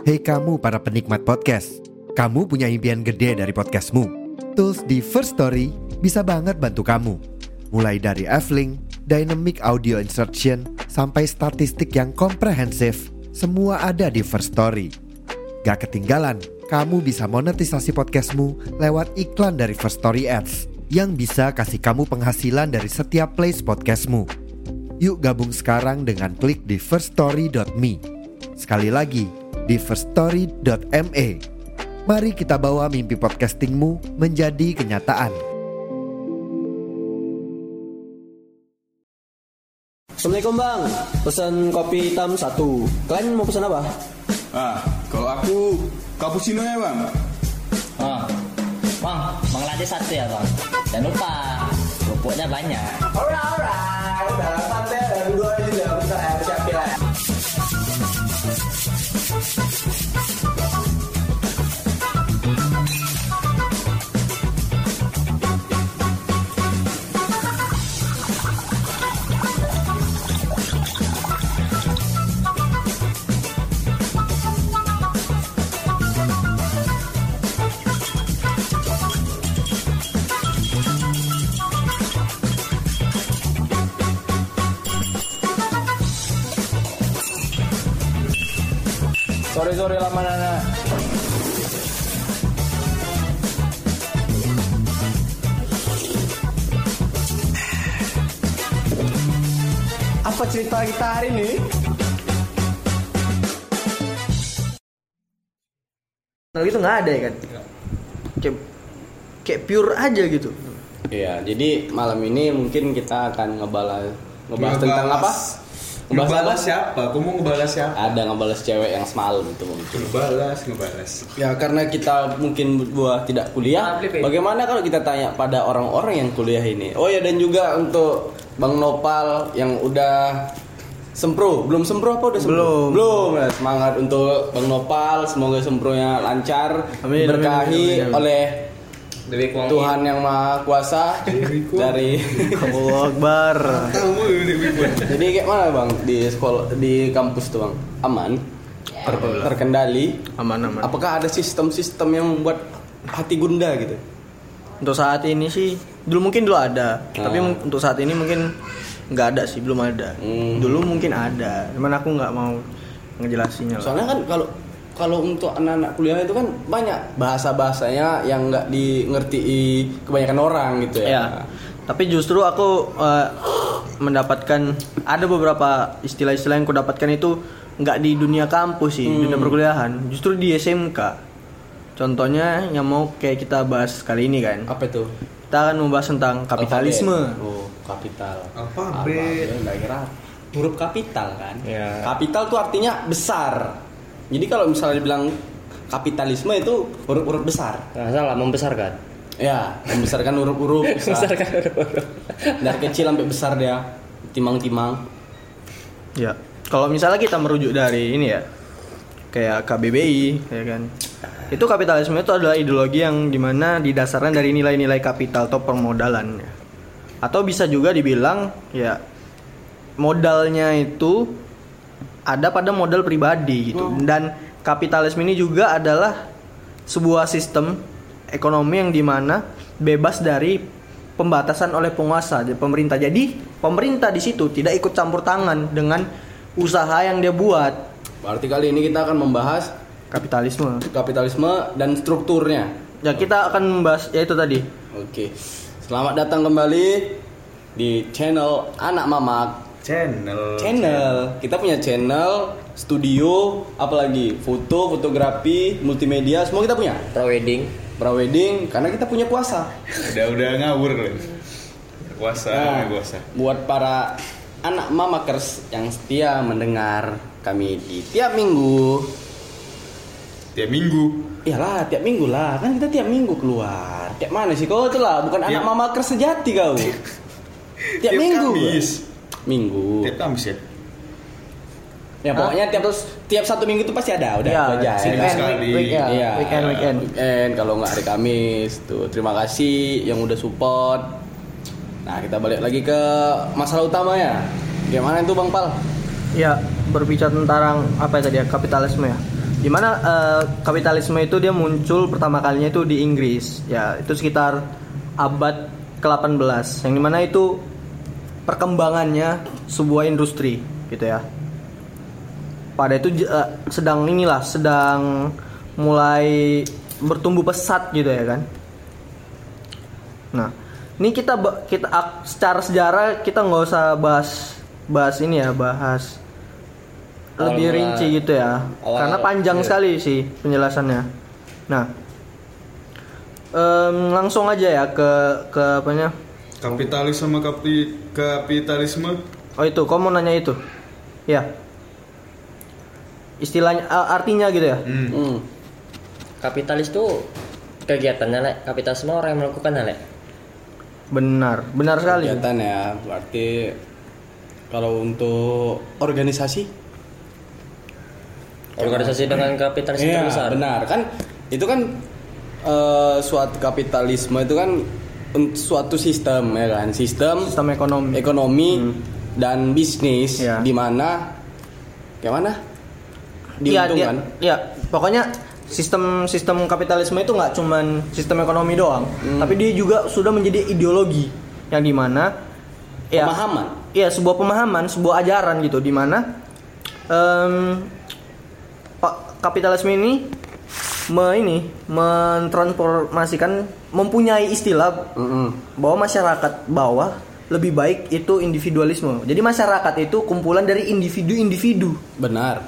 Hei kamu para penikmat podcast, kamu punya impian gede dari podcastmu. Tools di First Story bisa banget bantu kamu. Mulai dari F-Link, Dynamic Audio Insertion, sampai statistik yang komprehensif, semua ada di First Story. Gak ketinggalan, kamu bisa monetisasi podcastmu lewat iklan dari First Story Ads yang bisa kasih kamu penghasilan dari setiap plays podcastmu. Yuk gabung sekarang dengan klik di firststory.me. Sekali lagi, di firststory.me. Mari kita bawa mimpi podcastingmu menjadi kenyataan. Assalamualaikum bang, pesan kopi hitam 1. Kalian mau pesan apa? Kalau aku cappuccino ya bang. Bang, Bangladesh 1 ya bang. Jangan lupa, kerupuknya banyak. Alright, udah santai, ada 2 aja juga, bentar ya, siapin lah. Sorry lama nana. Apa cerita kita hari ini? Nah gitu nggak ada ya kan? Kayak pure aja gitu. Iya, jadi malam ini mungkin kita akan ngebahas tentang apa? Ngebalas siapa? Aku mau ngebalas siapa? Ada ngebalas cewek yang semalam itu mungkin. Ngebalas. Ya karena kita mungkin berdua tidak kuliah. Bagaimana kalau kita tanya pada orang-orang yang kuliah ini? Oh ya, dan juga untuk Bang Nopal yang udah sempro. Belum sempro apa udah sempro? Belum. Ya, semangat untuk Bang Nopal. Semoga sempronya lancar, berkahi oleh Tuhan yang Maha Kuasa dari Allahu Akbar. Jadi kayak mana bang di sekolah, di kampus tuh bang? Aman? Terkendali? Aman. Apakah ada sistem-sistem yang membuat hati gundah gitu? Untuk saat ini sih, dulu ada, tapi untuk saat ini mungkin nggak ada sih, belum ada. Dulu mungkin ada, cuman aku nggak mau ngejelasinnya. Soalnya kan kalau untuk anak-anak kuliah itu kan banyak bahasa-bahasanya yang nggak di-ngerti kebanyakan orang gitu ya. Ya. Tapi justru aku mendapatkan ada beberapa istilah-istilah yang aku dapatkan itu nggak di dunia kampus sih, dunia perkuliahan. Justru di SMK. Contohnya yang mau kayak kita bahas kali ini kan. Apa itu? Kita akan membahas tentang kapitalisme. Oh, kapital. Apa? Nggak kira huruf kapital kan? Ya. Kapital tuh artinya besar. Jadi kalau misalnya dibilang kapitalisme itu huruf-huruf besar. Nggak salah, membesarkan. Ya, membesarkan huruf-huruf. Membesarkan huruf-huruf. Dari kecil sampai besar dia, timang-timang. Ya. Kalau misalnya kita merujuk dari ini ya, kayak KBBI, ya kan. Itu kapitalisme itu adalah ideologi yang dimana didasarkan dari nilai-nilai kapital atau permodalan. Atau bisa juga dibilang ya modalnya itu ada pada modal pribadi gitu. Dan kapitalisme ini juga adalah sebuah sistem ekonomi yang dimana bebas dari pembatasan oleh penguasa, pemerintah. Jadi pemerintah di situ tidak ikut campur tangan dengan usaha yang dia buat. Berarti kali ini kita akan membahas Kapitalisme dan strukturnya. Ya kita akan membahas ya itu tadi. Oke. Selamat datang kembali di channel Anak Mamak. Channel. Kita punya channel, studio, apalagi fotografi, multimedia, semua kita punya. Prawedding, karena kita punya kuasa. Udah ngawur loh. Puasa. Buat para anak mamakers yang setia mendengar kami di tiap minggu. Iyalah, tiap minggu lah. Kan kita tiap minggu keluar. Tiap mana sih kau tuh lah, bukan anak mamakers sejati kau. Tiap minggu. Minggu. Tiap Kamis ya? Ya pokoknya tiap satu minggu itu pasti ada, udah Ya, itu aja. Weekend kalau nggak hari Kamis tuh. Terima kasih yang udah support. Nah kita balik lagi ke masalah utama ya. Gimana itu Bang Pal? Ya berbicara tentang apa ya tadi ya, kapitalisme ya. Dimana kapitalisme itu dia muncul pertama kalinya itu di Inggris, ya itu sekitar abad ke-18, yang dimana itu perkembangannya sebuah industri gitu ya. Pada itu sedang mulai bertumbuh pesat gitu ya kan. Nah, ini kita secara sejarah kita nggak usah bahas ini ya, bahas lebih rinci gitu ya, karena panjang sekali sih penjelasannya. Nah, langsung aja ya ke apanya? Kapitalisme. Oh itu, kamu mau nanya itu? Ya. Istilahnya, artinya gitu ya? Kapitalis itu kegiatannya, Lek. Kapitalisme orang yang melakukan, Lek. Benar sekali. Kegiatan ya, berarti kalau untuk organisasi dengan kapitalisme terbesar. Benar kan, itu kan suatu kapitalisme itu kan suatu sistem ya kan, sistem ekonomi dan bisnis di mana kayak mana diuntungkan. Iya, pokoknya sistem kapitalisme itu nggak cuman sistem ekonomi doang, tapi dia juga sudah menjadi ideologi yang dimana pemahaman. Iya, sebuah pemahaman, sebuah ajaran gitu, dimana kapitalisme ini mentransformasikan, mempunyai istilah bahwa masyarakat bawah lebih baik itu individualisme. Jadi masyarakat itu kumpulan dari individu-individu. Benar.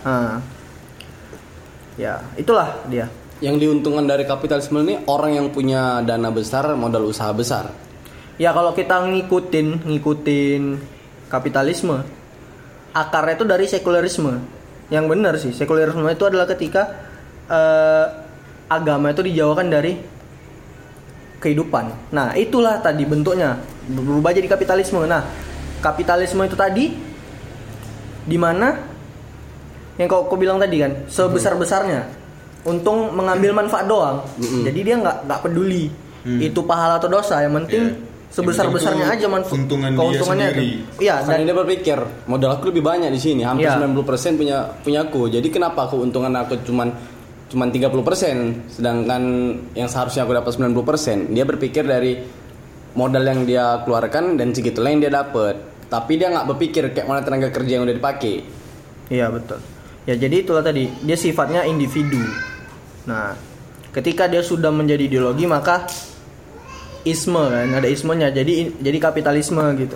Ya, itulah dia. Yang diuntungkan dari kapitalisme ini orang yang punya dana besar, modal usaha besar. Ya kalau kita ngikutin kapitalisme, akarnya itu dari sekularisme. Yang benar sih, sekularisme itu adalah ketika agama itu dijauhkan dari kehidupan. Nah, itulah tadi bentuknya berubah jadi kapitalisme. Nah, kapitalisme itu tadi di mana yang kau bilang tadi kan, sebesar-besarnya untung mengambil manfaat doang. Jadi dia nggak peduli itu pahala atau dosa, yang penting sebesar-besarnya aja keuntungannya itu. Iya, dan dia berpikir modal aku lebih banyak di sini, hampir 90% punya aku. Jadi kenapa keuntungan aku cuman 30%, sedangkan yang seharusnya aku dapat 90%. Dia berpikir dari modal yang dia keluarkan dan segitulah yang dia dapat. Tapi dia nggak berpikir kayak mana tenaga kerja yang udah dipakai. Iya, betul. Ya, jadi itulah tadi, dia sifatnya individu. Nah, ketika dia sudah menjadi ideologi, maka isme kan, ada ismenya, jadi kapitalisme gitu.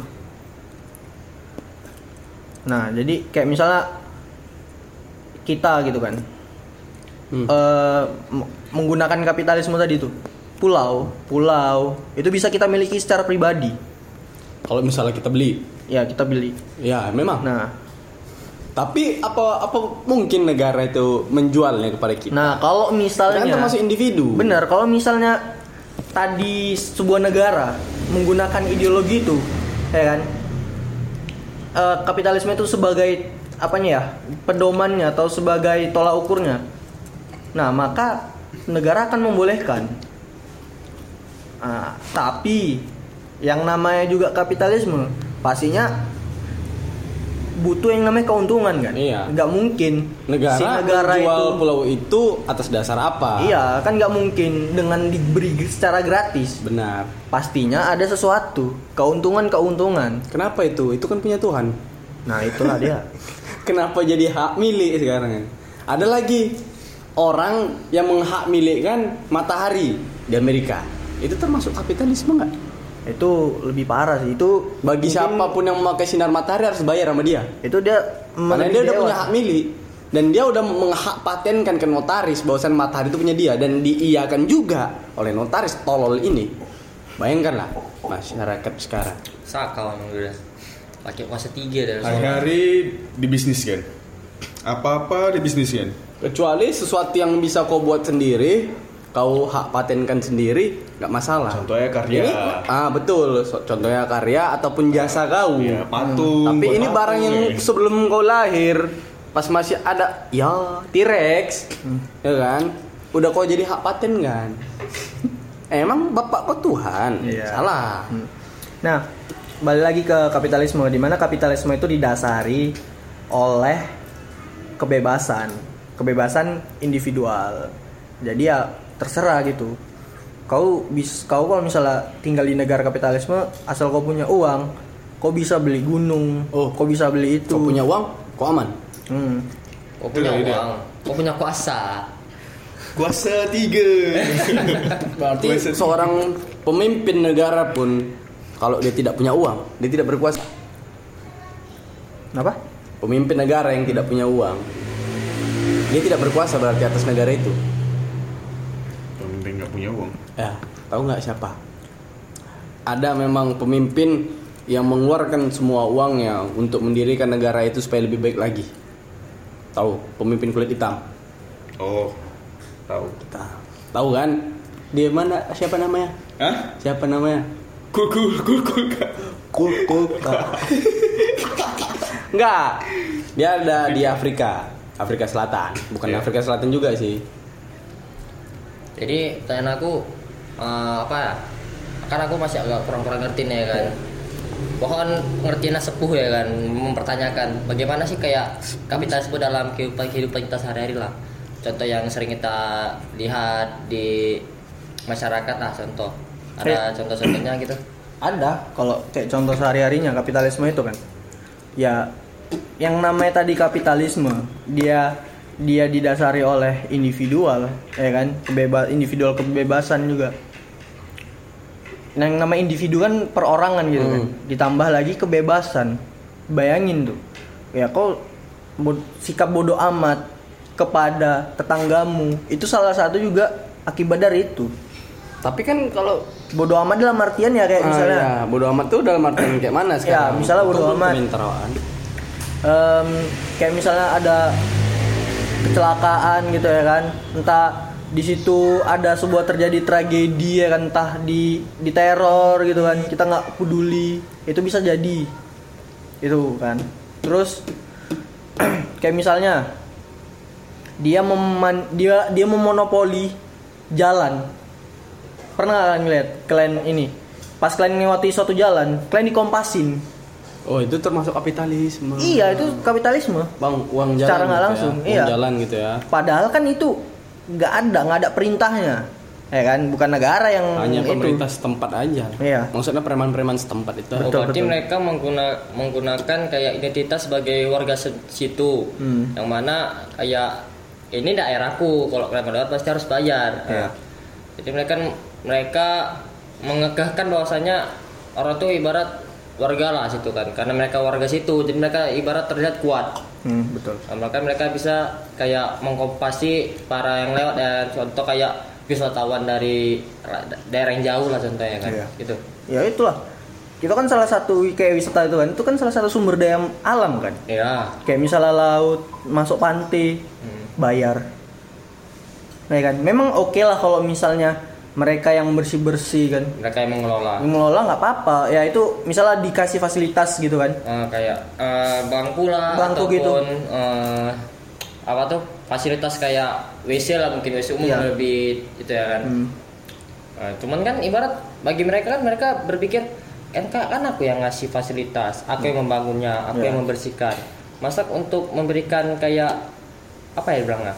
Nah, jadi kayak misalnya kita gitu kan, menggunakan kapitalisme tadi tuh, pulau itu bisa kita miliki secara pribadi. Kalau misalnya kita beli, ya kita beli. Ya memang. Nah, tapi apa mungkin negara itu menjualnya kepada kita? Nah, kalau misalnya kan termasuk individu. Benar, kalau misalnya tadi sebuah negara menggunakan ideologi itu, ya kan, kapitalisme itu sebagai apanya ya, pedomannya atau sebagai tolak ukurnya. Nah, maka negara akan membolehkan. Tapi yang namanya juga kapitalisme pastinya butuh yang namanya keuntungan kan. Iya. Nggak mungkin negara menjual pulau itu atas dasar apa? Iya, kan nggak mungkin dengan diberi secara gratis. Benar. Pastinya ada sesuatu, keuntungan. Kenapa itu? Itu kan punya Tuhan. Nah, itulah dia. Kenapa jadi hak milik sekarang? Ada lagi orang yang menghak milikkan matahari di Amerika. Itu termasuk kapitalisme nggak? Itu lebih parah sih. Itu bagi siapapun yang memakai sinar matahari harus bayar sama dia. Itu dia karena dia udah punya hak milik dan dia udah menghak patenkan ke notaris bahwasan matahari itu punya dia dan diiyakan juga oleh notaris tolol ini. Bayangkanlah masyarakat sekarang. Sakau udah. Pakai kuasa 3 dah. Hari-hari dibisniskan. Apa-apa dibisniskan. Kecuali sesuatu yang bisa kau buat sendiri, kau hak patenkan sendiri, nggak masalah. Contohnya karya. Ini, betul. Contohnya karya ataupun jasa kau. Ya, patung. Tapi ini barang yang sebelum kau lahir, pas masih ada, ya T-Rex, ya kan? Udah kau jadi hak paten kan? Emang bapak kau Tuhan? Salah. Nah, balik lagi ke kapitalisme, di mana kapitalisme itu didasari oleh kebebasan kebebasan individual. Jadi ya terserah gitu. Kau kalau misalnya tinggal di negara kapitalisme, asal kau punya uang, kau bisa beli gunung, kau bisa beli itu. Kau punya uang, kau aman. Kau punya uang, kau punya kuasa. Kuasa 3. Berarti seorang pemimpin negara pun kalau dia tidak punya uang, dia tidak berkuasa. Apa? Pemimpin negara yang tidak punya uang, dia tidak berkuasa berarti atas negara itu. Pemimpin nggak punya uang. Ya, tahu nggak siapa? Ada memang pemimpin yang mengeluarkan semua uangnya untuk mendirikan negara itu supaya lebih baik lagi. Tahu? Pemimpin kulit hitam. Oh, tahu. Tahu kan? Dia mana? Siapa namanya? Hah? Siapa namanya? Kul. Enggak. Dia ada di Afrika Selatan. Bukan Afrika Selatan juga sih. Jadi pertanyaan aku apa ya? Kan aku masih agak kurang ngerti nih ya kan. Pohon ngertiin sepuh ya kan, mempertanyakan bagaimana sih kayak kapitalisme dalam kehidupan kita sehari-hari lah. Contoh yang sering kita lihat di masyarakat lah, contoh. Ada contoh-contohnya gitu? Ada. Kalau kayak contoh sehari-harinya kapitalisme itu kan. Ya yang namanya tadi kapitalisme, dia didasari oleh individual, ya kan? Individual kebebasan juga. Yang nama individu kan perorangan gitu kan. Ditambah lagi kebebasan. Bayangin tuh. Ya kau sikap bodoh amat kepada tetanggamu, itu salah satu juga akibat dari itu. Tapi kan kalau bodoh amat dalam artian ya kayak misalnya ya, bodoh amat tuh dalam artian kayak mana sekarang? Ya, misalnya bodoh amat. Kayak misalnya ada kecelakaan gitu ya kan. Entah di situ ada sebuah terjadi tragedi ya kan, entah di teror gitu kan, kita nggak peduli, itu bisa jadi itu kan. Terus kayak misalnya dia memonopoli jalan. Pernah nggak ngeliat kalian ini pas kalian melewati suatu jalan, kalian dikompasin? Oh, itu termasuk kapitalisme. Iya, itu kapitalisme. Bang, uang jalan. Secara nggak gitu langsung, ya. iya. Uang jalan gitu ya. Padahal kan itu nggak ada perintahnya, ya kan? Bukan negara yang hanya itu. Pemerintah setempat aja. Iya. Maksudnya preman-preman setempat itu. Berarti mereka menggunakan kayak identitas sebagai warga situ, yang mana kayak ini daerahku, kalau kalian lewat pasti harus bayar. Iya. Jadi mereka mengegahkan bahwasanya orang tuh ibarat warga lah situ kan, karena mereka warga situ, jadi mereka ibarat terlihat kuat. Betul. Nah, mereka bisa kayak mengkompasi para yang lewat dan contoh kayak wisatawan dari daerah yang jauh lah contohnya kan. Iya. Gitu. Ya itulah. Itu kan salah satu kayak wisata itu kan salah satu sumber daya alam kan. Iya. Kayak misalnya laut, masuk pantai, bayar. Nah kan, memang oke lah kalau misalnya mereka yang bersih kan, Mereka yang mengelola. nggak apa-apa. Ya itu misalnya dikasih fasilitas gitu kan. Kayak bangku lah, Bangku ataupun gitu. Apa tuh fasilitas kayak WC lah, mungkin WC umum Iya. lebih itu ya kan. Cuman kan ibarat bagi mereka kan, mereka berpikir kan aku yang ngasih fasilitas, aku yang membangunnya, aku yang membersihkan. Masa untuk memberikan kayak apa ya bilangnya?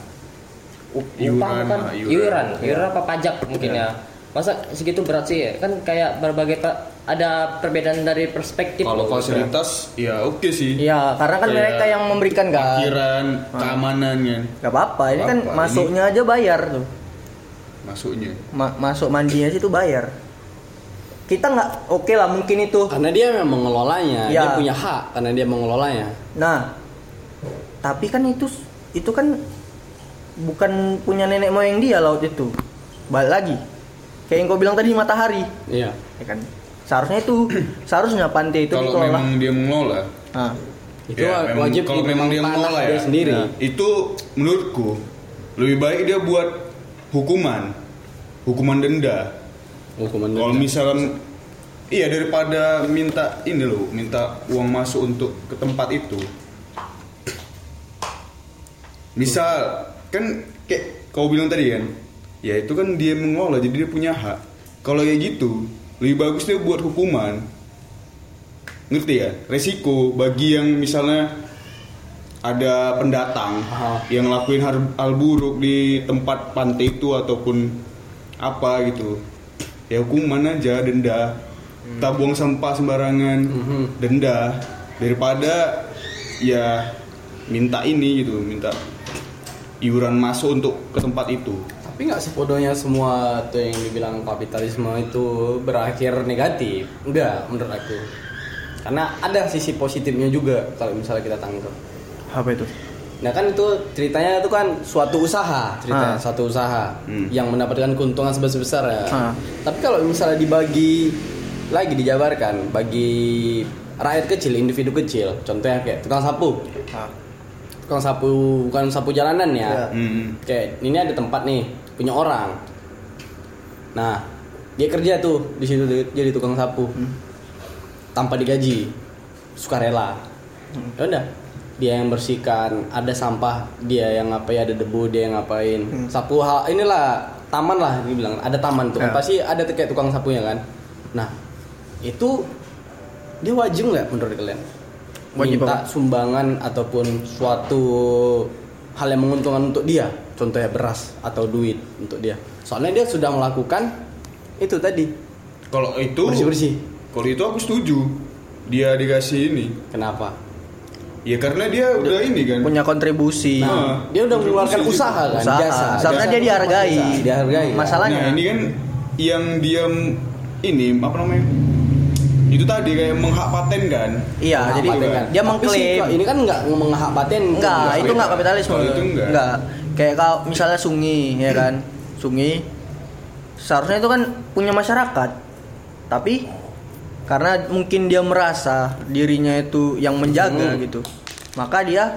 Upah kan? Iuran apa pajak mungkin ya. Masa segitu berat sih ya? Kan kayak berbagai ada perbedaan dari perspektif. Kalau loh, fasilitas ya oke sih. Iya, karena kan Kayak mereka yang memberikan kan. Parkiran, keamanannya. Gak apa-apa, ini kan Apa-apa, masuknya aja bayar tuh. Masuknya. Masuk mandinya situ bayar. Kita nggak oke lah mungkin itu. Karena dia memang mengelolanya, Ya. dia punya hak karena dia mengelolanya. Nah, tapi kan itu kan bukan punya nenek moyang dia laut itu. Balik lagi, kayak yang kau bilang tadi matahari, Iya. ya kan? Seharusnya pantai itu Kalau dikelola. memang dia mengelola, Nah, Itu ya, wajib kalau memang dia tanah mengelola dia ya, sendiri. ya, itu menurutku lebih baik dia buat hukuman denda. Hukuman Kalau denda. misalnya iya, daripada minta uang masuk untuk ke tempat itu. Misal kan kayak kau bilang tadi kan, ya itu kan dia mengelola jadi dia punya hak. Kalau kayak gitu lebih bagus dia buat hukuman. Ngerti ya? Resiko bagi yang misalnya ada pendatang yang ngelakuin hal buruk di tempat pantai itu ataupun apa gitu, ya hukuman aja, denda. Tak buang sampah sembarangan, denda, daripada ya minta ini gitu, minta iuran masuk untuk ke tempat itu. Tapi nggak sepodohnya semua tuh yang dibilang kapitalisme itu berakhir negatif. Enggak, menurut aku. Karena ada sisi positifnya juga kalau misalnya kita tangkap. Apa itu? Nah kan itu ceritanya itu kan suatu usaha, ceritanya suatu usaha yang mendapatkan keuntungan sebesar ya. Tapi kalau misalnya dibagi lagi, dijabarkan bagi rakyat kecil, individu kecil, contohnya kayak tukang sapu. Tukang sapu bukan sapu jalanan ya. Kayak ini ada tempat nih punya orang. Nah, dia kerja tuh di situ jadi tukang sapu. Tanpa digaji. Sukarela. Ya udah, dia yang bersihkan, ada sampah dia yang ngapain, ada debu dia yang ngapain. Sapu inilah taman lah dibilang, ada taman tuh. Pasti ada kayak tukang sapunya kan. Nah, itu dia wajib nggak menurut kalian? Wajib minta sumbangan ataupun suatu hal yang menguntungkan untuk dia, contohnya beras atau duit untuk dia. Soalnya dia sudah melakukan itu tadi. Kalau itu bersih-bersih. Kalau itu aku setuju. Dia dikasih ini. Kenapa? Ya karena dia udah ini kan. Punya kontribusi. Nah, dia udah mengeluarkan usaha kan, jasa. Seharusnya dia dihargai. Dihargai. Masalahnya. Nah, ini kan yang dia ini apa namanya? Itu tadi kayak menghak paten kan. Iya, jadi kan. dia mengklaim. Ini kan enggak menghak paten. Enggak, itu enggak kapitalisme. Kalau itu enggak. Kayak kalau misalnya sungai, ya kan. Sungai seharusnya itu kan punya masyarakat. Tapi karena mungkin dia merasa dirinya itu yang menjaga gitu. Maka dia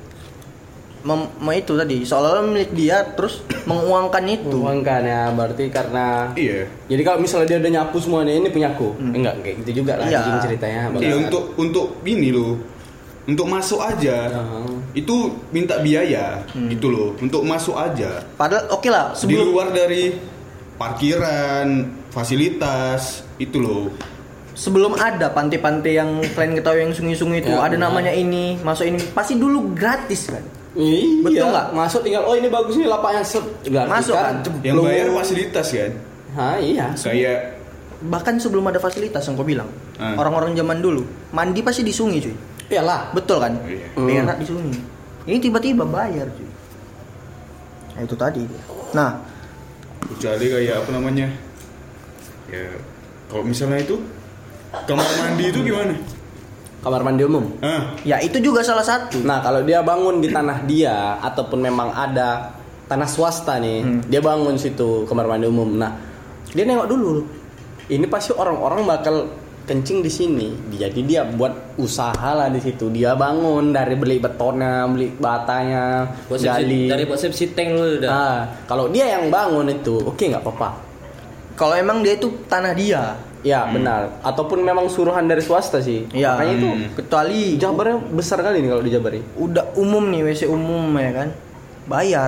itu tadi seolah-olah milik dia, terus menguangkan itu. Menguangkan ya, berarti karena Iya. Jadi kalau misalnya dia udah nyapu semuanya, ini punyaku. Enggak kayak gitu juga lah ceritanya. Iya, untuk ini loh. Untuk masuk aja. Itu minta biaya gitu loh. Untuk masuk aja. Padahal oke lah, Di luar dari parkiran, fasilitas itu loh. sebelum ada pantai-pantai yang kalian ketahui yang sungai-sungai itu Ya, ada namanya ini, masuk ini pasti dulu gratis kan. Iya, Betul nggak? Masuk tinggal ini bagus nih lapaknya Masuk kan? Yang bayar fasilitas kan. Iya. Kayak Bahkan sebelum ada fasilitas yang kau bilang, Ah. orang-orang zaman dulu mandi pasti di sungai cuy. Iyalah. Betul kan? Iya. Berak di sungai. Ini tiba-tiba bayar cuy. Nah, itu tadi. Nah, kecuali kayak apa namanya? Ya kalau misalnya itu kamar mandi itu gimana? Kamar mandi umum. ya itu juga salah satu. Nah, kalau dia bangun di tanah dia ataupun memang ada tanah swasta nih, dia bangun situ kamar mandi umum. Nah, dia nengok dulu. Ini pasti orang-orang bakal kencing di sini. Jadi dia buat usaha lah di situ. Dia bangun dari beli betonnya, beli batanya, gali. Dari buat sepsi tank dulu udah. Nah, kalau dia yang bangun itu, oke nggak apa-apa. Kalau emang dia itu tanah dia. Ya benar. Ataupun memang suruhan dari swasta sih. Iya. Makanya itu Kecuali Jabarnya besar kali nih kalau di Jabar ini. udah umum nih, WC umum ya kan. Bayar.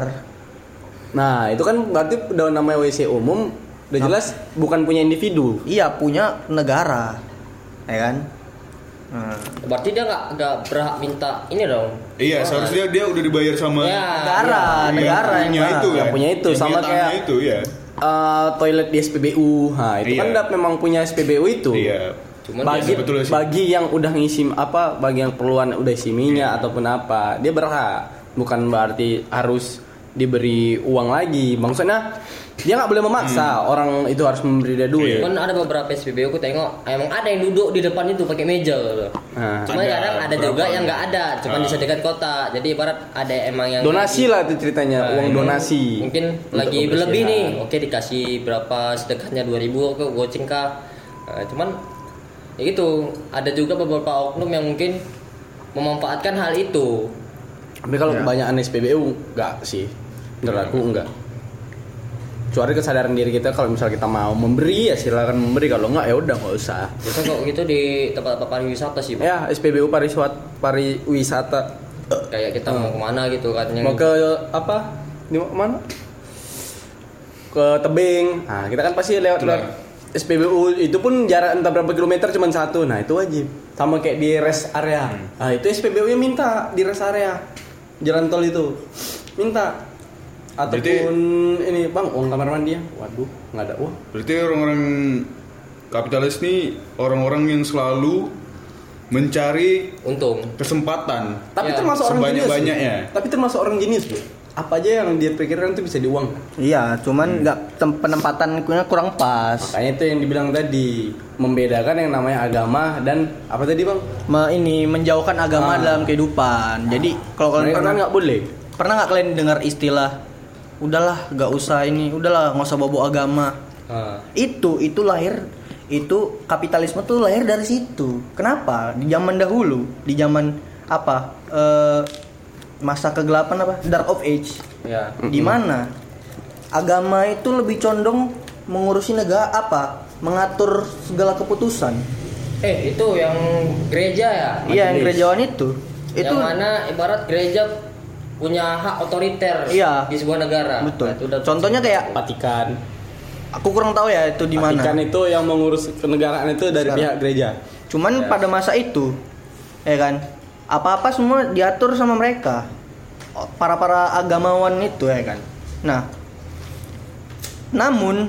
Nah, itu kan berarti udah namanya WC umum, udah jelas bukan punya individu. Iya, punya negara. Ya kan? Nah, Berarti dia nggak berhak minta ini dong. Iya, seharusnya dia udah dibayar sama Ya. negara yang punya itu kan. Yang punya itu, Yang sama punya kayak tanah itu ya. Toilet di SPBU. Nah, itu kan Iya. udah memang punya SPBU itu. Iya. Cuman Bagi, ya, betul sih. bagi yang udah ngisi apa, bagi yang perluan udah isi minyak ataupun apa, dia berhak. Bukan berarti harus diberi uang lagi. Maksudnya dia nggak boleh memaksa orang itu harus memberi dia duit. Kan ada beberapa SPBU aku tengok emang ada yang duduk di depan itu pakai meja gitu. Nah, Cuma Ada kadang ada beberapa. juga yang nggak ada, cuma disediakan kota. Jadi ibarat ada emang yang donasi lah itu ceritanya, uang emang donasi. Mungkin Untuk lagi kebersihan. berlebih nih. Oke, dikasih berapa sedekahnya 2.000 ke goceng kah. Cuman ya gitu, ada juga beberapa oknum yang mungkin memanfaatkan hal itu. Tapi kalau kebanyakan SPBU enggak sih. Menurut aku enggak. Kecuali kesadaran diri kita, kalau misal kita mau memberi ya silakan memberi, kalau enggak ya udah enggak usah. Biasa kok gitu di tempat-tempat pariwisata sih, Pak. Ya, SPBU pariwisata. Kayak kita mau kemana gitu katanya. Mau ke apa? Ini mau kemana? Ke tebing. Nah, kita kan pasti lewat SPBU itu pun jarak entah berapa kilometer cuma satu. Nah, itu wajib. Sama kayak di rest area. Nah, itu SPBU-nya minta di rest area. Jalan tol itu. Minta. Ataupun ini, Bang, uang kamar mandi ya. Waduh, enggak ada uang. Berarti orang-orang kapitalis nih orang-orang yang selalu mencari Untung. kesempatan Tapi Ya, termasuk orang jenius. sebanyak-banyaknya. Tapi termasuk orang jenius, Bro. Apa aja yang dia pikirkan itu bisa diuangkan. Iya, cuman nggak penempatannya kurang pas. Makanya itu yang dibilang tadi, membedakan yang namanya agama dan apa tadi, Bang? Ini menjauhkan agama dalam kehidupan. Jadi kalau kalian Mereka kan nggak boleh. pernah nggak kalian dengar istilah udahlah nggak usah ini, udahlah nggak usah bawa agama. Itu lahir, itu kapitalisme tuh lahir dari situ. Kenapa? Di zaman dahulu, di zaman apa? Masa kegelapan apa? Dark of Age. Ya. Di mana agama itu lebih condong mengurusi negara apa? Mengatur segala keputusan. Itu yang gereja ya? Iya, yang gerejawan itu. Yang mana ibarat gereja punya hak otoriter Iya. di sebuah negara. Betul. Nah, itu udah Contohnya kayak Vatikan. aku kurang tahu ya itu di mana. Vatikan itu yang mengurus kenegaraan itu dari Sekarang. pihak gereja. Cuman pada masa itu, ya kan, apa-apa semua diatur sama mereka, para agamawan itu, ya kan. Nah, namun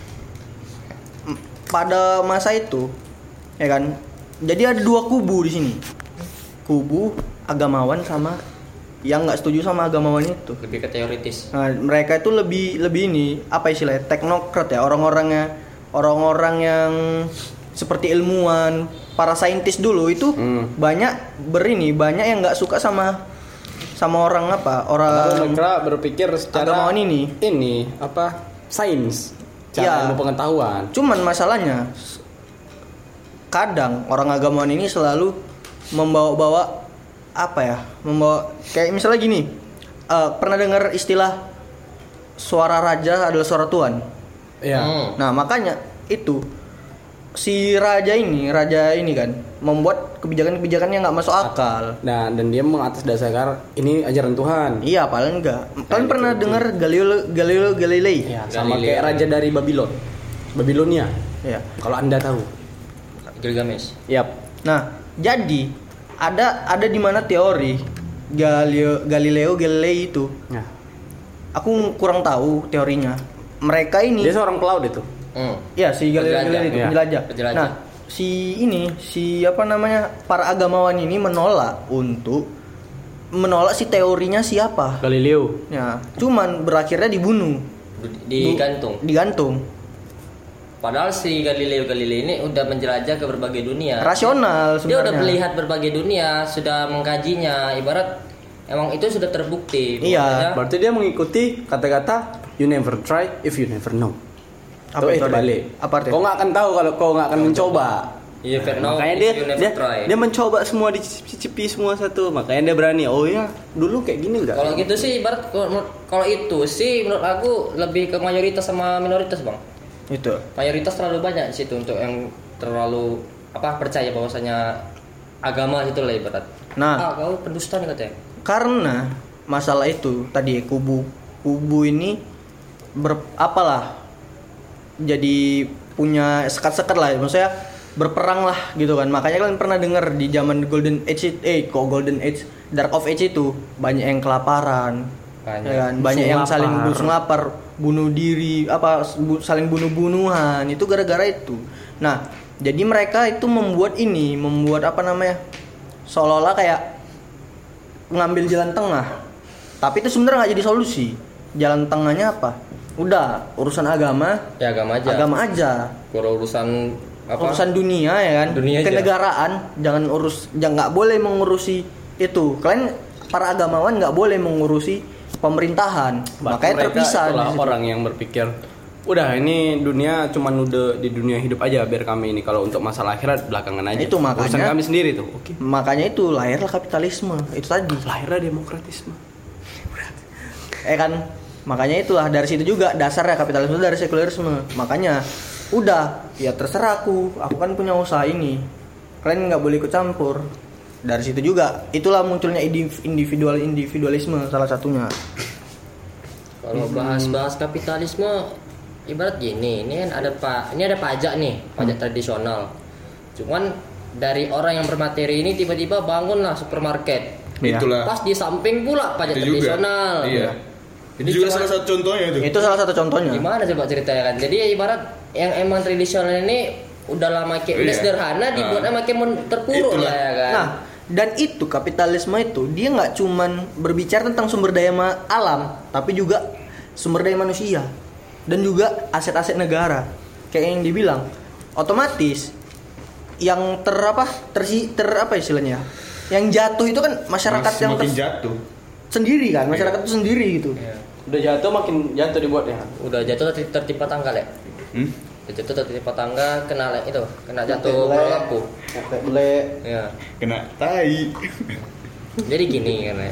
pada masa itu, ya kan, jadi ada dua kubu di sini, kubu agamawan sama yang nggak setuju sama agamawan itu. lebih ke teoritis. Nah, mereka itu lebih ini apa istilahnya, teknokrat ya, orang-orang yang seperti ilmuwan, para saintis dulu itu banyak yang nggak suka sama orang apa, orang Mereka berpikir secara agamawan ini. sains, Ya. cara ilmu pengetahuan. Cuman masalahnya kadang orang agamawan ini selalu membawa kayak misalnya gini, pernah dengar istilah suara raja adalah suara Tuhan. Iya. Nah, makanya itu si raja ini kan membuat kebijakan-kebijakan yang nggak masuk akal. Nah, dan dia mengatasdasarkan ini ajaran Tuhan. Iya, paling enggak. Kalian pernah dengar Galileo Galilei? Ya, sama kayak raja dari Babilonia. Iya. Kalau Anda tahu. Gilgamesh. Yap. Nah, jadi ada di mana teori Galileo Galilei itu. Nah, Aku kurang tahu teorinya. Mereka ini dia seorang pelaut itu. ya si Galileo Penjelajah. Galilei itu Iya. penjelajah. Penjelajah. Nah, para agamawan ini menolak si teorinya siapa. Galileo. Ya, cuman berakhirnya dibunuh. Digantung. Padahal si Galileo Galilei ini udah menjelajah ke berbagai dunia. Rasional Dia sebenarnya. udah melihat berbagai dunia, sudah mengkajinya. Ibarat emang itu sudah terbukti. Iya. Bahwasanya Berarti dia mengikuti kata-kata you never try if you never know. Apa itu? terbalik. Apa artinya? Kau nggak akan tahu kalau kau nggak akan mencoba. You never know Makanya if dia you never dia, try. dia mencoba semua, dicicipi semua satu. Makanya dia berani. Oh ya, dulu kayak gini enggak? Kalau gitu sih ibarat kalau itu sih menurut aku lebih ke mayoritas sama minoritas, Bang. Itu. Mayoritas terlalu banyak di situ untuk yang terlalu percaya bahwasanya agama itu lah ibarat. Nah, Kau pendusta nih katanya. karena masalah itu tadi kubu ini jadi punya sekat-sekat lah, maksudnya berperang lah gitu kan. Makanya kalian pernah dengar di zaman Golden Age, Dark of Age itu banyak yang kelaparan, Banyak. ya kan? Banyak yang saling busung lapar, bunuh diri, saling bunuh-bunuhan, itu gara-gara itu. Nah, jadi mereka itu membuat seolah-olah kayak ngambil jalan tengah. Tapi itu sebenarnya nggak jadi solusi. Jalan tengahnya apa? Udah urusan agama, Ya agama aja. Kalau urusan dunia ya kan, Dunia aja. kenegaraan, nggak boleh mengurusi itu. Kalian para agamawan nggak boleh mengurusi pemerintahan. Makanya terpisah. Itulah di situ. orang yang berpikir udah ini dunia cuman udah di dunia hidup aja biar kami ini, kalau untuk masalah akhirat belakangan aja. Itu makanya- urusan kami sendiri tuh. Oke. Makanya itu lahirlah kapitalisme. Itu tadi. Lahirnya demokratisme. Kan makanya itulah dari situ juga dasarnya kapitalisme dari sekularisme. Makanya udah ya terserah aku kan punya usaha ini, kalian nggak boleh ikut campur. Dari situ juga itulah munculnya individualisme salah satunya. Kalau bahas kapitalisme ibarat gini, ini kan ada pajak nih, pajak tradisional. Cuman dari orang yang bermateri ini tiba-tiba bangunlah supermarket. Iya. Itulah. Pas di samping pula pajak Itu juga. tradisional. Iya. Jadi Itu juga cuma- salah satu contohnya itu. Itu salah satu contohnya. Gimana coba ceritanya kan? Jadi ibarat yang emang tradisional ini udah lama kayak udah Iya. sederhana dibuatnya makin terpuruk Itulah. lah ya kan. Nah, dan itu kapitalisme itu dia nggak cuman berbicara tentang sumber daya alam, tapi juga sumber daya manusia dan juga aset-aset negara. Kayak yang dibilang, otomatis yang apa istilahnya? Yang jatuh itu kan masyarakat yang makin jatuh. sendiri kan, masyarakat itu sendiri gitu. Iya. Udah jatuh makin jatuh dibuatnya. Udah jatuh tertimpa tangga ya. Hmm? Udah jatuh tertimpa tangga kena jatuh bola lampu. Boleh. Ya. Kena tai. Jadi gini kan,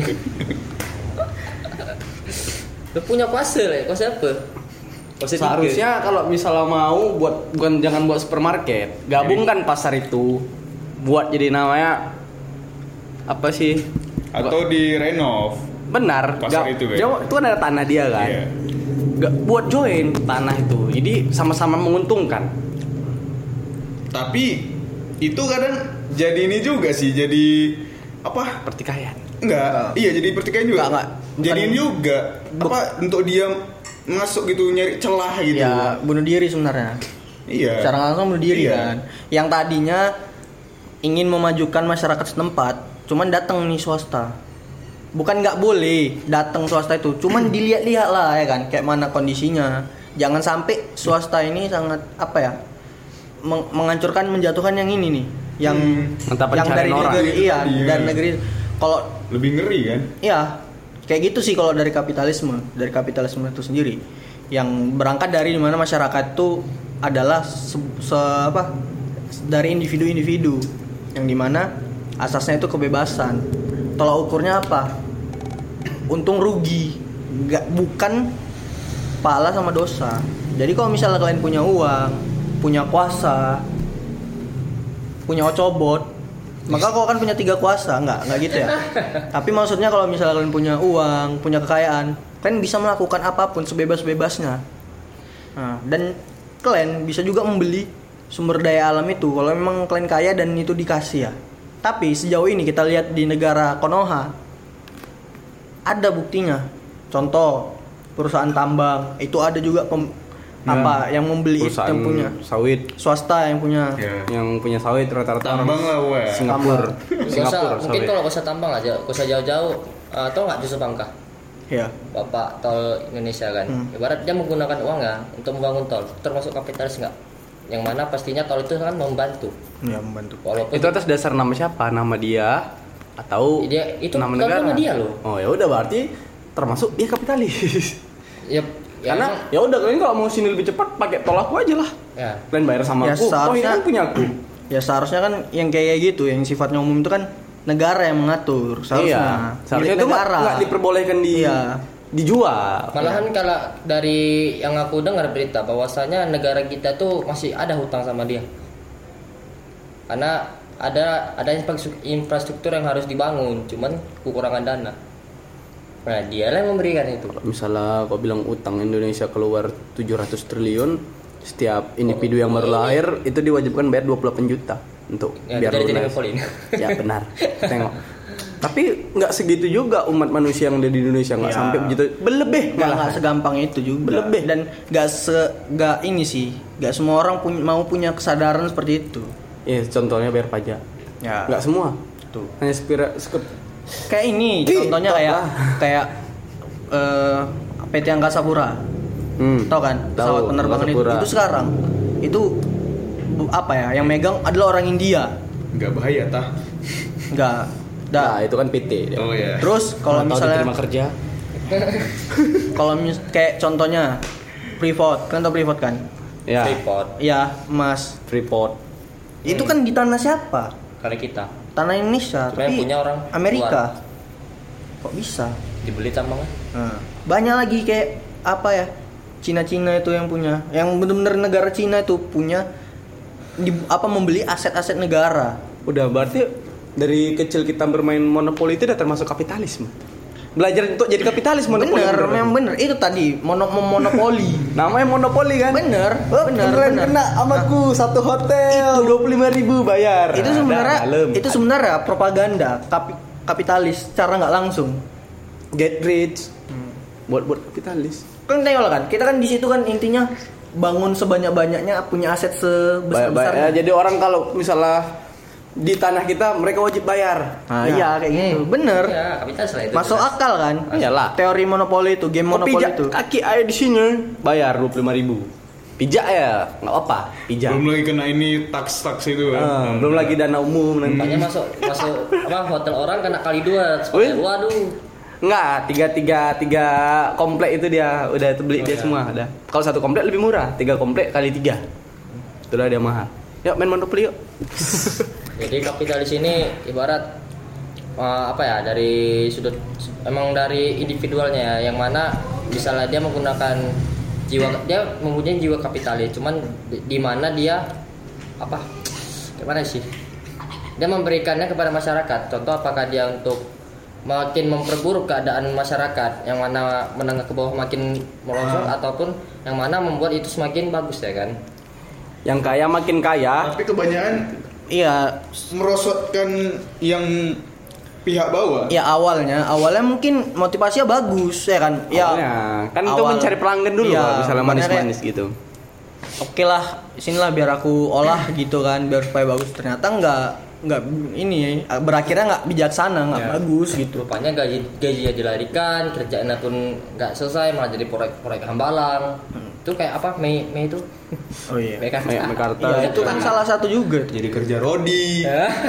lu punya kuasa lah, kuasa apa? Kuasa tiga. Seharusnya kalau misalnya mau jangan buat supermarket, gabungkan pasar itu buat jadi namanya apa sih? Atau direnov. Benar, Pasar itu kan? itu kan ada tanah dia kan. Iya. Buat join tanah itu, jadi sama-sama menguntungkan. Tapi itu kadang jadi ini juga sih, jadi apa? Pertikaian. Enggak. Iya, jadi pertikaian juga. Enggak. Jadi Bukan- juga apa untuk dia masuk gitu nyari celah gitu. Ya, bunuh diri sebenarnya. Iya. Secara langsung bunuh diri Iya. kan. Yang tadinya ingin memajukan masyarakat setempat, cuman datang nih swasta. Bukan nggak boleh datang swasta itu, cuman dilihat-lihat lah ya kan, kayak mana kondisinya. Jangan sampai swasta ini sangat apa ya, menghancurkan, menjatuhkan yang ini nih, yang Entah yang dari pencarian orang. negeri, iya, Tadi, ya. dari negeri. Kalau Lebih ngeri kan? iya, kayak gitu sih kalau dari kapitalisme itu sendiri, yang berangkat dari dimana masyarakat itu adalah dari individu-individu, yang dimana asasnya itu kebebasan. Tolak ukurnya apa? Untung rugi, bukan pahala sama dosa. Jadi kalau misalnya kalian punya uang, punya kuasa, punya ocobot, maka kau akan punya 3 kuasa, enggak gitu ya. Tapi maksudnya kalau misalnya kalian punya uang, punya kekayaan, kalian bisa melakukan apapun sebebas-bebasnya. Nah, dan kalian bisa juga membeli sumber daya alam itu kalau memang kalian kaya dan itu dikasih ya. Tapi sejauh ini kita lihat di negara Konoha ada buktinya. Contoh perusahaan tambang itu ada juga yang membeli itu, Perusahaan yang punya sawit, swasta yang punya. Ya. yang punya sawit rata-rata Tambang lah, weh. Singapura. Mungkin sawit. kalau kuasa tambang aja, kuasa jauh-jauh, tau nggak Yusuf Bangka? Ya. Bapak tol Indonesia kan. Ibarat dia menggunakan uangnya untuk membangun tol, termasuk kapitalis nggak? Yang mana pastinya tol itu kan membantu. Ya, membantu. Walaupun Itu atas dasar nama siapa? Nama dia atau itu nama tol negara? nama dia loh. Oh ya udah berarti termasuk dia kapitalis. Ya, Karena ya udah kalian kalau mau sini lebih cepat pakai tol aku aja lah. ya. Kalian bayar sama Ya, aku. Oh ini seharusnya- kan punya aku. Ya seharusnya kan yang kayak gitu, yang sifatnya umum itu kan negara yang mengatur. Seharusnya. Iya. Seharusnya Milik itu negara. nggak diperbolehkan Iya. dijual. Malahan kalau dari yang aku dengar berita bahwasanya negara kita tuh masih ada hutang sama dia. Karena ada infrastruktur yang harus dibangun, cuman kekurangan dana. Nah, dia lah yang memberikan itu. Misalnya kau bilang utang Indonesia keluar 700 triliun, setiap individu yang baru lahir itu diwajibkan bayar 28 juta untuk Ya, biar jadi lunas. Polin. Ya benar. Tengok. Tapi nggak segitu juga umat manusia yang ada di Indonesia, nggak Ya. sampai begitu. Berlebih Nggak malah. segampang itu juga. Berlebih. Dan nggak ini sih. Nggak semua orang mau punya kesadaran seperti itu. Ya contohnya bayar pajak. Ya. Nggak semua. Tuh. Hanya Kayak ini contohnya kayak PT Angkasa Pura. Tahu kan? Pesawat Tahu, penerbangan Angkasa Pura. itu sekarang itu apa ya? Yang megang adalah orang India. Enggak bahaya tah. Nggak. Nah, itu kan PT dia. Oh ya. Terus kalau Nggak tahu misalnya diterima kerja. kayak contohnya Freeport, kan tau Freeport kan? Ya. Freeport Iya, Mas. Freeport. Itu kan di tanah siapa? karena kita Tanah Indonesia, Cuma yang tapi punya orang Amerika. Kok bisa? dibeli tambangnya. Nah, banyak lagi kayak apa ya? Cina-Cina itu yang punya, yang benar-benar negara Cina itu punya membeli aset-aset negara. Udah berarti dari kecil kita bermain monopoli itu udah termasuk kapitalisme. belajar untuk jadi kapitalis monopoli. Bener, memang bener. Itu tadi monopoli. Namanya monopoli kan? Bener. Kena amaku satu hotel 25.000 bayar. Itu sebenarnya propaganda kapitalis secara nggak langsung. Get rich. Buat kapitalis. Kan tengok kan, kita kan di situ kan intinya bangun sebanyak-banyaknya, punya aset sebesar-besarnya. Jadi orang kalau misalnya di tanah kita mereka wajib bayar. Iya kayak gitu. Bener. Ya, kapitalis lah itu. Masuk akal kan? Iyalah. Teori monopoli itu, game monopoli pijak itu. kaki air di sini bayar 25.000. Pijak ya, nggak apa, pijak. Belum lagi kena ini tax itu kan. Belum lagi dana umum nanti. Makanya masuk hotel orang kena kali 2. Wih. Waduh. Enggak, tiga komplek itu dia udah beli dia semua ada. Kalau satu komplek lebih murah, 3 komplek kali 3. Itulah dia mahal. Yuk main monopoli yuk. Jadi kapitalis ini ibarat dari sudut emang dari individualnya ya, yang mana misalnya dia menggunakan dia mempunyai jiwa kapitalis, cuman di mana dia gimana sih? Dia memberikannya kepada masyarakat. Contoh apakah dia untuk makin memperburuk keadaan masyarakat yang mana menengah ke bawah makin merosot ataupun yang mana membuat itu semakin bagus ya kan? Yang kaya makin kaya. Tapi kebanyakan merosotkan yang pihak bawah. Ya awalnya mungkin motivasinya bagus ya kan? Ya Awalnya. Kan itu mencari pelanggan dulu misalnya manis-manis gitu. Oke lah, sinilah biar aku olah gitu kan, biar supaya bagus. Ternyata nggak ini berakhirnya nggak bijaksana, nggak bagus gitu. Rupanya gajinya dilarikan, kerjaannya pun nggak selesai, malah jadi proyek hambalang. Itu kayak apa Mei itu? Oh iya. Mekarta. Ya, itu kan salah satu juga. Jadi kerja rodi.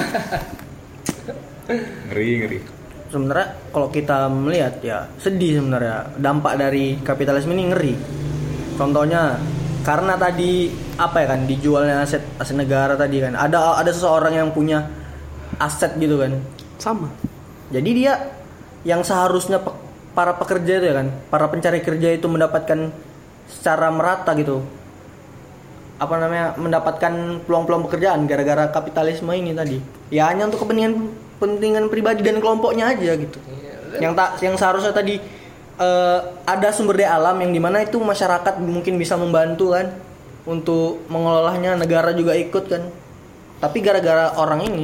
Ngeri. Sebenarnya kalau kita melihat ya sedih sebenarnya dampak dari kapitalisme ini ngeri. Contohnya karena tadi dijualnya aset negara tadi kan, ada seseorang yang punya aset gitu kan, Sama. jadi dia yang seharusnya para pekerja itu ya kan, para pencari kerja itu mendapatkan secara merata gitu mendapatkan peluang-peluang pekerjaan gara-gara kapitalisme ini tadi ya, hanya untuk kepentingan pribadi dan kelompoknya aja gitu. Yang seharusnya tadi ada sumber daya alam yang dimana itu masyarakat mungkin bisa membantu kan untuk mengelolanya, negara juga ikut kan, tapi gara-gara orang ini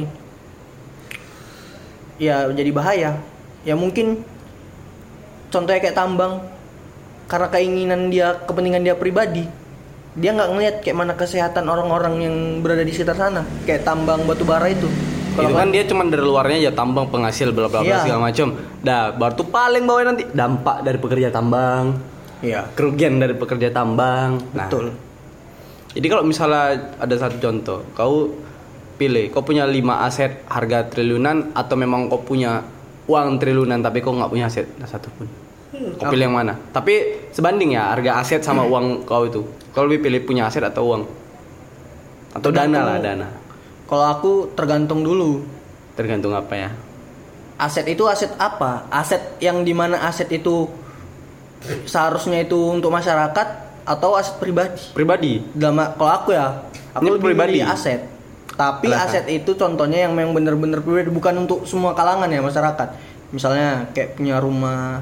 ya jadi bahaya ya. Mungkin contohnya kayak tambang, karena kepentingan dia pribadi, dia nggak ngelihat kayak mana kesehatan orang-orang yang berada di sekitar sana, kayak tambang batu bara itu. Itu kan dia cuma dari luarnya ya tambang penghasil bla bla bla segala macam. Baru tuh paling bawah nanti dampak dari pekerja tambang. Iya. Kerugian dari pekerja tambang. Betul. Jadi kalau misalnya ada satu contoh, kau pilih, kau punya 5 aset harga triliunan atau memang kau punya uang triliunan tapi kau nggak punya aset satu pun. Kau pilih yang mana? Tapi sebanding ya harga aset sama uang kau itu. Kau lebih pilih punya aset atau uang? Atau dana. Kalau aku tergantung dulu. Tergantung apa ya? Aset itu aset apa? Aset yang dimana aset itu seharusnya itu untuk masyarakat atau aset pribadi? Pribadi. Kalau aku Ini lebih pribadi. milih aset. Tapi aset itu contohnya yang memang benar-benar pribadi, bukan untuk semua kalangan ya masyarakat. Misalnya kayak punya rumah,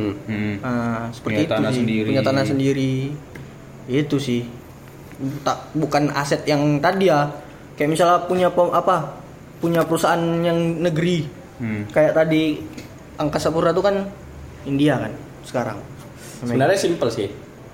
seperti Punya tanah itu sih. sendiri. Punya tanah sendiri. Itu sih. Bukan aset yang tadi ya. Kayak misalnya punya perusahaan yang negeri. Kayak tadi Angkasa Pura itu kan India kan sekarang. Sebenarnya simpel sih.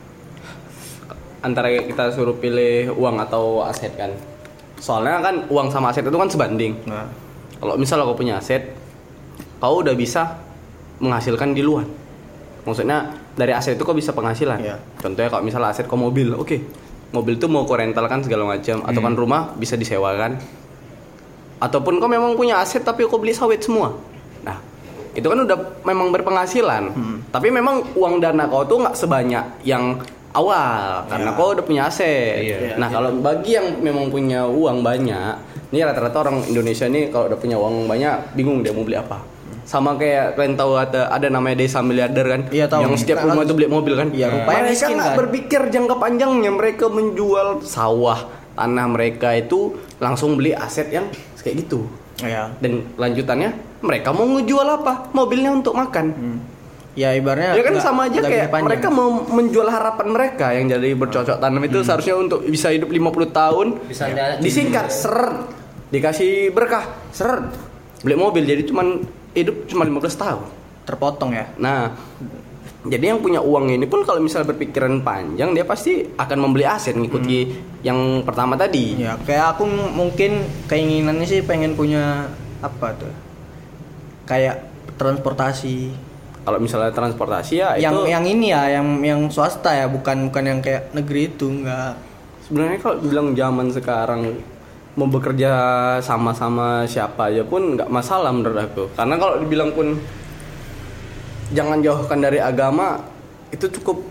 Antara kita suruh pilih uang atau aset kan. Soalnya kan uang sama aset itu kan sebanding. Nah, Kalau misalnya kau punya aset, kau udah bisa menghasilkan di luar. Maksudnya dari aset itu kau bisa penghasilan. Iya. Contohnya kalau misalnya aset kau mobil, mobil itu mau kau rental kan segala macam, atau kan rumah bisa disewakan. Ataupun kau memang punya aset tapi kau beli sawit semua. Nah, itu kan udah memang berpenghasilan. Tapi memang uang dana kau tuh nggak sebanyak yang awal karena kau udah punya aset. Nah, kalau bagi yang memang punya uang banyak, ini rata-rata orang Indonesia ini kalau udah punya uang banyak bingung dia mau beli apa. Sama kayak kalian tahu ada namanya desa miliarder kan, Iya, tahu. yang setiap rumah itu beli mobil kan. Iya, rupanya Mereka miskin nggak kan. berpikir jangka panjangnya, mereka menjual sawah tanah mereka itu langsung beli aset yang kayak gitu. Iya. Dan lanjutannya mereka mau ngejual apa? Mobilnya untuk makan. Ya ibaratnya Ya kan sama aja nggak kayak bisa panjang. mereka mau menjual harapan mereka yang jadi bercocok tanam itu seharusnya untuk bisa hidup 50 tahun. Bisa ada- Disingkat seret, dikasih berkah seret, beli mobil jadi cuman hidup cuma 15 tahun. terpotong ya. Nah, jadi yang punya uang ini pun kalau misalnya berpikiran panjang dia pasti akan membeli aset ngikuti yang pertama tadi. Ya kayak aku mungkin keinginannya sih pengen punya apa tuh? Kayak transportasi. Kalau misalnya transportasi ya itu Yang ini ya, yang swasta ya, bukan yang kayak negeri itu enggak. sebenarnya kalau bilang zaman sekarang mau bekerja sama-sama siapa aja pun nggak masalah menurut aku. Karena kalau dibilang pun jangan jauhkan dari agama itu cukup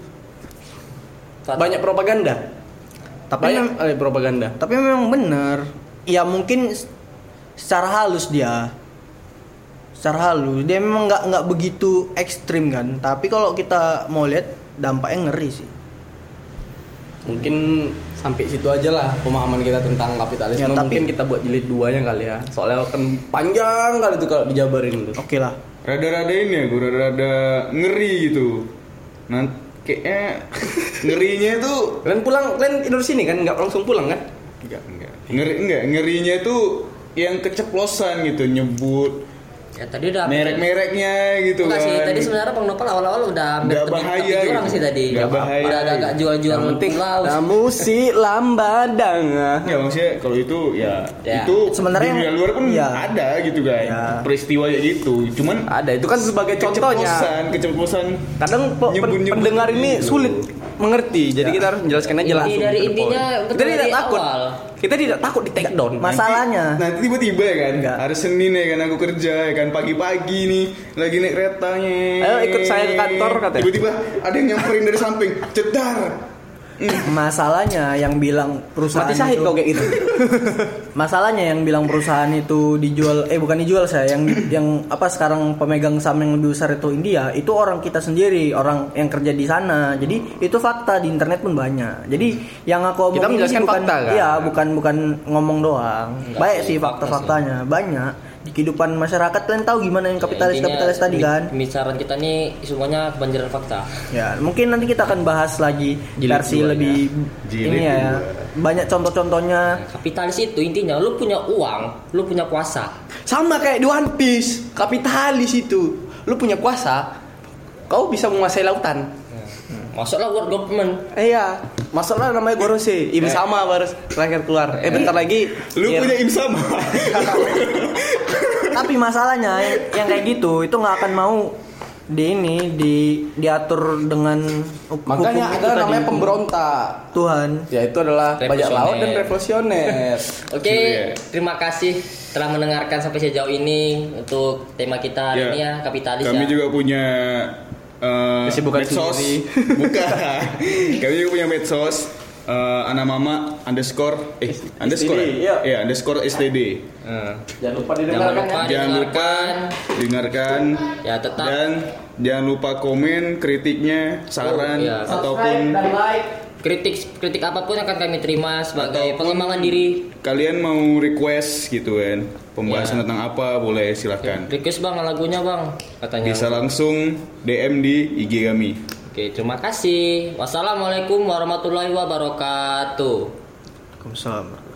banyak propaganda. Tapi Banyak propaganda. Tapi memang benar. Ya mungkin secara halus dia. Secara halus dia memang nggak begitu ekstrim kan. Tapi kalau kita mau lihat dampaknya ngeri sih. Mungkin sampai situ aja lah pemahaman kita tentang kapitalisme. Ya, tapi- Mungkin kita buat jilid 2-nya kali ya. Soalnya kan panjang kali itu kalau dijabarin itu. Oke lah. Rada-rada ini ya, gue rada-rada ngeri gitu. Nanti kayaknya ngerinya itu Kalian tidur sini kan nggak langsung pulang kan? enggak. Ngerinya itu yang keceplosan gitu nyebut Ya tadi udah merek-mereknya gitu Enggak kan. sih, tadi sebenarnya Bang Nopal awal-awal udah Nggak hampir bahaya jurang gitu. sih tadi. Nggak bahaya Udah agak jual-jual Yang penting pulau. kamu si lambadang. Ya maksudnya kalau itu ya, Ya. itu Sebenarnya di dunia luar pun ya. ada gitu kan. Ya. Peristiwa kayak gitu. Cuman Ada itu kan sebagai contohnya. keceplosan. Kadang Nyebut-nyebut pendengar ini gitu. sulit mengerti. Jadi kita harus menjelaskan aja Inti langsung. dari to the intinya point. betul Kita tidak dari takut. awal. Kita tidak takut di take down. Masalahnya Nanti tiba-tiba ya kan, Enggak. hari Senin ya kan aku kerja ya kan, pagi-pagi nih lagi naik keretanya. Ayo ikut saya ke kantor, katanya. Tiba-tiba ada yang nyamperin dari samping, cetar. masalahnya yang bilang perusahaan Mati syahid itu, kok kayak gitu. masalahnya yang bilang perusahaan itu dijual bukan dijual saya yang apa sekarang pemegang saham yang lebih besar itu India, itu orang kita sendiri, orang yang kerja di sana. Jadi itu fakta di internet pun banyak. Jadi yang aku Kita omongin menjelaskan ini bukan fakta, kan? iya, bukan ngomong doang. Enggak Baik sih, sih fakta fakta-faktanya banyak di kehidupan masyarakat. Kalian tahu gimana yang kapitalis tadi kan? Pembicaraan kita nih semuanya kebanjiran fakta. Ya, mungkin nanti kita akan bahas lagi Jilid versi dua, lebih Jilid ini ya. Banyak contoh-contohnya. Kapitalis itu intinya lu punya uang, lu punya kuasa. Sama kayak di One Piece, kapitalis itu. Lu punya kuasa, kau bisa menguasai lautan. Masuklah world government. Iya, masuklah namanya Gorose. Im sama baru terakhir keluar. Bentar lagi. Lu punya im sama. Tapi masalahnya yang kayak gitu itu nggak akan mau diatur dengan Makanya hukum ada itu namanya tadi. pemberontak. Tuhan. Yaitu adalah bajak Revolusioner. laut dan revolusioner. Oke, Iya. terima kasih telah mendengarkan sampai sejauh ini untuk tema kita hari Ya. ini ya, kapitalis Kami ya. juga punya Kesibukan medsos. sendiri. Bukan. Kami juga punya medsos. Anamama underscore underscore STD, ya? iya. Iya, underscore STD. Jangan lupa Jangan didengarkan. lupa Jangan lupa dengarkan Ya, tetap. dan jangan lupa komen kritiknya, saran iya. ataupun kritik apapun akan kami terima sebagai pengembangan diri. kalian mau request gitu kan pembahasan Ya. tentang apa boleh silahkan. Request bang lagunya bang, katanya. Bisa langsung DM di IG kami. Oke, terima kasih. Wassalamualaikum warahmatullahi wabarakatuh. Waalaikumsalam.